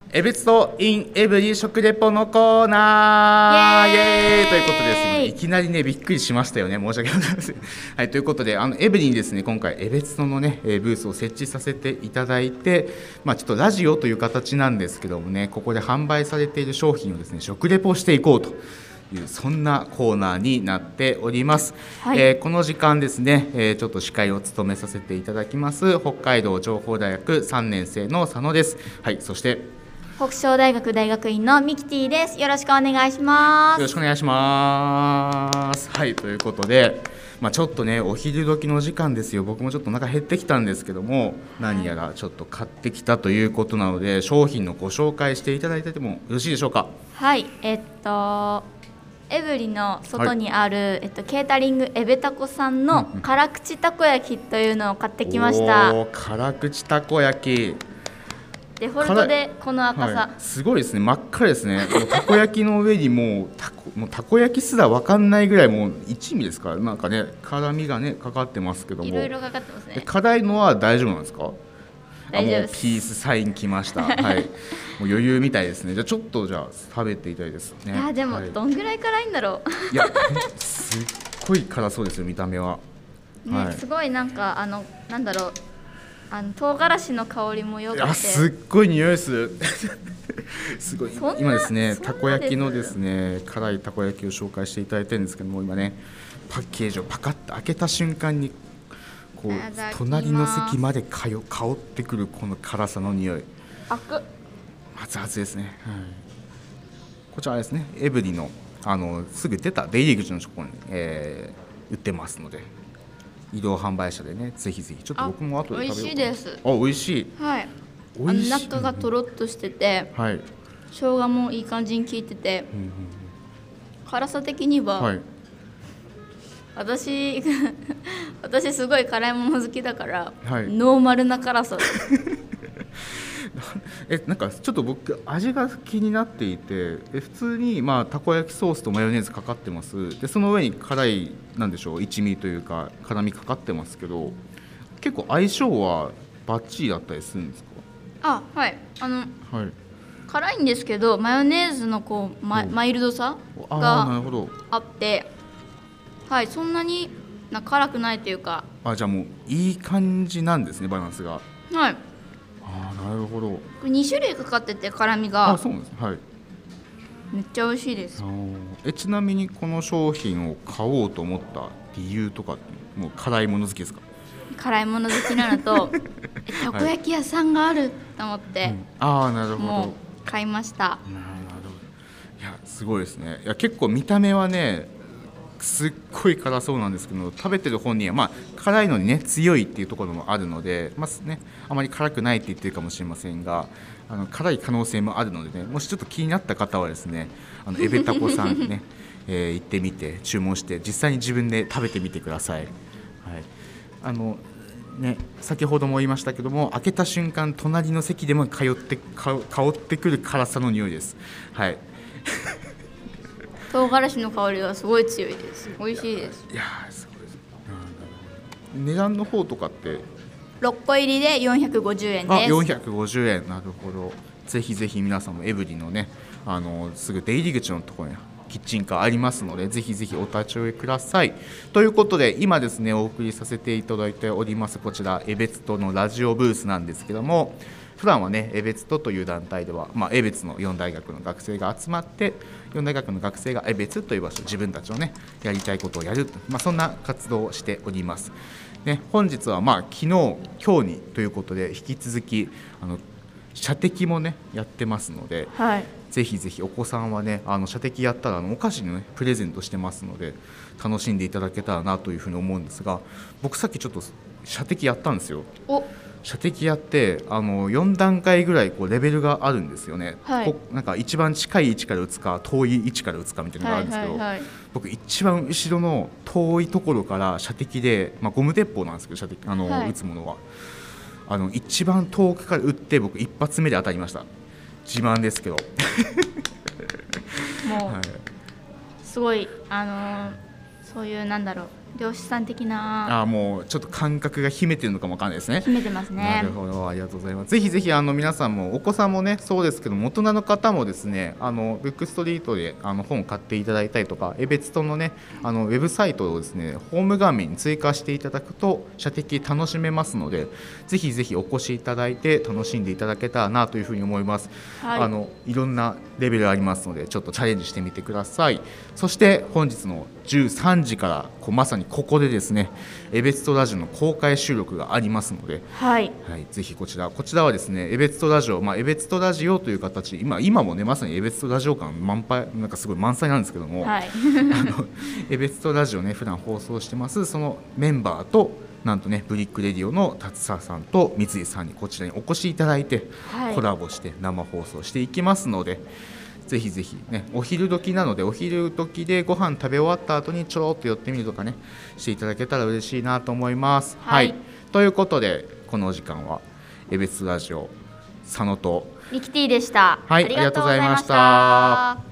エベツとインエブリ食レポのコーナーイエーイということでですね、いきなりねびっくりしましたよね。申し訳ございません。はい、ということでエブリにですね今回エベツのねブースを設置させていただいて、ちょっとラジオという形なんですけどもね、ここで販売されている商品をですね食レポしていこうというそんなコーナーになっております。はい、この時間ですね、ちょっと司会を務めさせていただきます北海道情報大学3年生の佐野です。はい、そして北昇大学大学院のミキティです。よろしくお願いします。 よろしくお願いします。はい、ということで、ちょっとねお昼時の時間ですよ。僕もちょっとお腹減ってきたんですけども、何やらちょっと買ってきたということなので商品のご紹介していただいてもよろしいでしょうか。 はい、エブリの外にある、ケータリングエベタコさんの辛口たこ焼きというのを買ってきました。 辛口たこ焼きデフォルトでこの赤さ、 はい、すごいですね。真っ赤ですね。もうたこ焼きの上にもうたこ焼きすら分かんないぐらいもう一味ですから、なんかね辛みがねかかってますけども、 いろいろかかってますね。 辛いのは大丈夫なんですか？ 大丈夫です。 もうピースサイン来ました。はい、もう余裕みたいですね。じゃあちょっと食べていただいですね。 いやでも、どんぐらい辛いんだろう。いやすっごい辛そうですよ見た目は。 ね、はい、すごいなんかなんだろう。唐辛子の香りもよくて、 すっごい匂いする。すごい今ですねたこ焼きのですね辛いたこ焼きを紹介していただいてるんですけども、今ねパッケージをパカッと開けた瞬間にこう隣の席まで香ってくるこの辛さの匂い。熱々ですね。はい、こちらですねエブリのすぐ出た出入り口のところに、売ってますので。移動販売車でねぜひぜひちょっと僕も後で食べよう。 美味しいです。 美味しい。 はい。中がとろっとしてて、はい、生姜もいい感じに効いてて、辛さ的には、はい、私すごい辛いもの好きだから、はい、ノーマルな辛さです。 なんかちょっと僕味が気になっていて、普通にたこ焼きソースとマヨネーズかかってます。でその上に辛いなんでしょう一味というか辛みかかってますけど、結構相性はバッチリだったりするんですか？ はい、はい、辛いんですけどマヨネーズのマイルドさがあって、はい、そんなに辛くないというか、 じゃあもういい感じなんですねバランスが。 はい。 なるほど。これ2種類かかってて辛みが。 そうです。はい。 めっちゃ美味しいです。 ちなみにこの商品を買おうと思った理由とかもう辛いもの好きですか？ 辛いもの好きなのとたこ焼き屋さんがあると思って、 なるほど。もう買いました。なるほど。いやすごいですね。いや結構見た目はねすっごい辛そうなんですけど、食べてる本人は辛いのにね強いっていうところもあるので、あまり辛くないって言ってるかもしれませんが、辛い可能性もあるのでね、もしちょっと気になった方はですねエベタコさんね、行ってみて注文して実際に自分で食べてみてください。はい、先ほども言いましたけども、開けた瞬間隣の席でも香ってくる辛さの匂いです。はい。 唐辛子の香りがすごい強いです。美味しいです。 いやすごいです。値段の方とかって 6個入りで450円です。 450円。なるほど。ぜひぜひ皆さんもエブリのねすぐ出入り口のところにキッチンカーありますので、ぜひぜひお立ち寄りください。ということで今ですねお送りさせていただいておりますこちらエベツトのラジオブースなんですけども、普段はねエベツトという団体では、エベツの4大学の学生が集まって4大学の学生がエベツという場所、自分たちのねやりたいことをやる、そんな活動をしております。ね、本日は昨日今日にということで引き続き射的もねやってますので、はい、ぜひぜひお子さんはね射的やったらお菓子のねプレゼントしてますので楽しんでいただけたらなというふうに思うんですが、僕さっきちょっと射的やったんですよ。射的やって4段階ぐらいレベルがあるんですよね。はい、なんか一番近い位置から打つか遠い位置から打つかみたいなのがあるんですけど、僕一番後ろの遠いところから射的で、ゴム鉄砲なんですけど射的打つものは一番遠くから打って僕一発目で当たりました。自慢ですけどもう、すごいそういうなんだろう漁師さん的な。 もうちょっと感覚が秘めてるのかもわかんないですね。 秘めてますね。 なるほど、ありがとうございます。ぜひぜひ皆さんもお子さんもねそうですけども、大人の方もですねブックストリートで本を買っていただいたりとか、江別とのねウェブサイトをですねホーム画面に追加していただくと射的楽しめますので、ぜひぜひお越しいただいて楽しんでいただけたらなというふうに思います。 はい、 いろんなレベルありますので、ちょっとチャレンジしてみてください。そして本日の13時からまさにここでですね江別とラジオの公開収録がありますので、 はいはい、ぜひこちらはですね江別とラジオ、江別とラジオという形で今もねまさに江別とラジオ感満杯、なんかすごい満載なんですけども、 はい、 江別とラジオね普段放送してますそのメンバーとなんとねブリックレディオの達沢さんと三井さんにこちらにお越しいただいて、 はい、 コラボして生放送していきますので、ぜひぜひねお昼時なのでお昼時でご飯食べ終わった後にちょろっと寄ってみるとかねしていただけたら嬉しいなと思います。 はい、 ということでこのお時間は江別ラジオ佐野とミキティでした。 はい、ありがとうございました。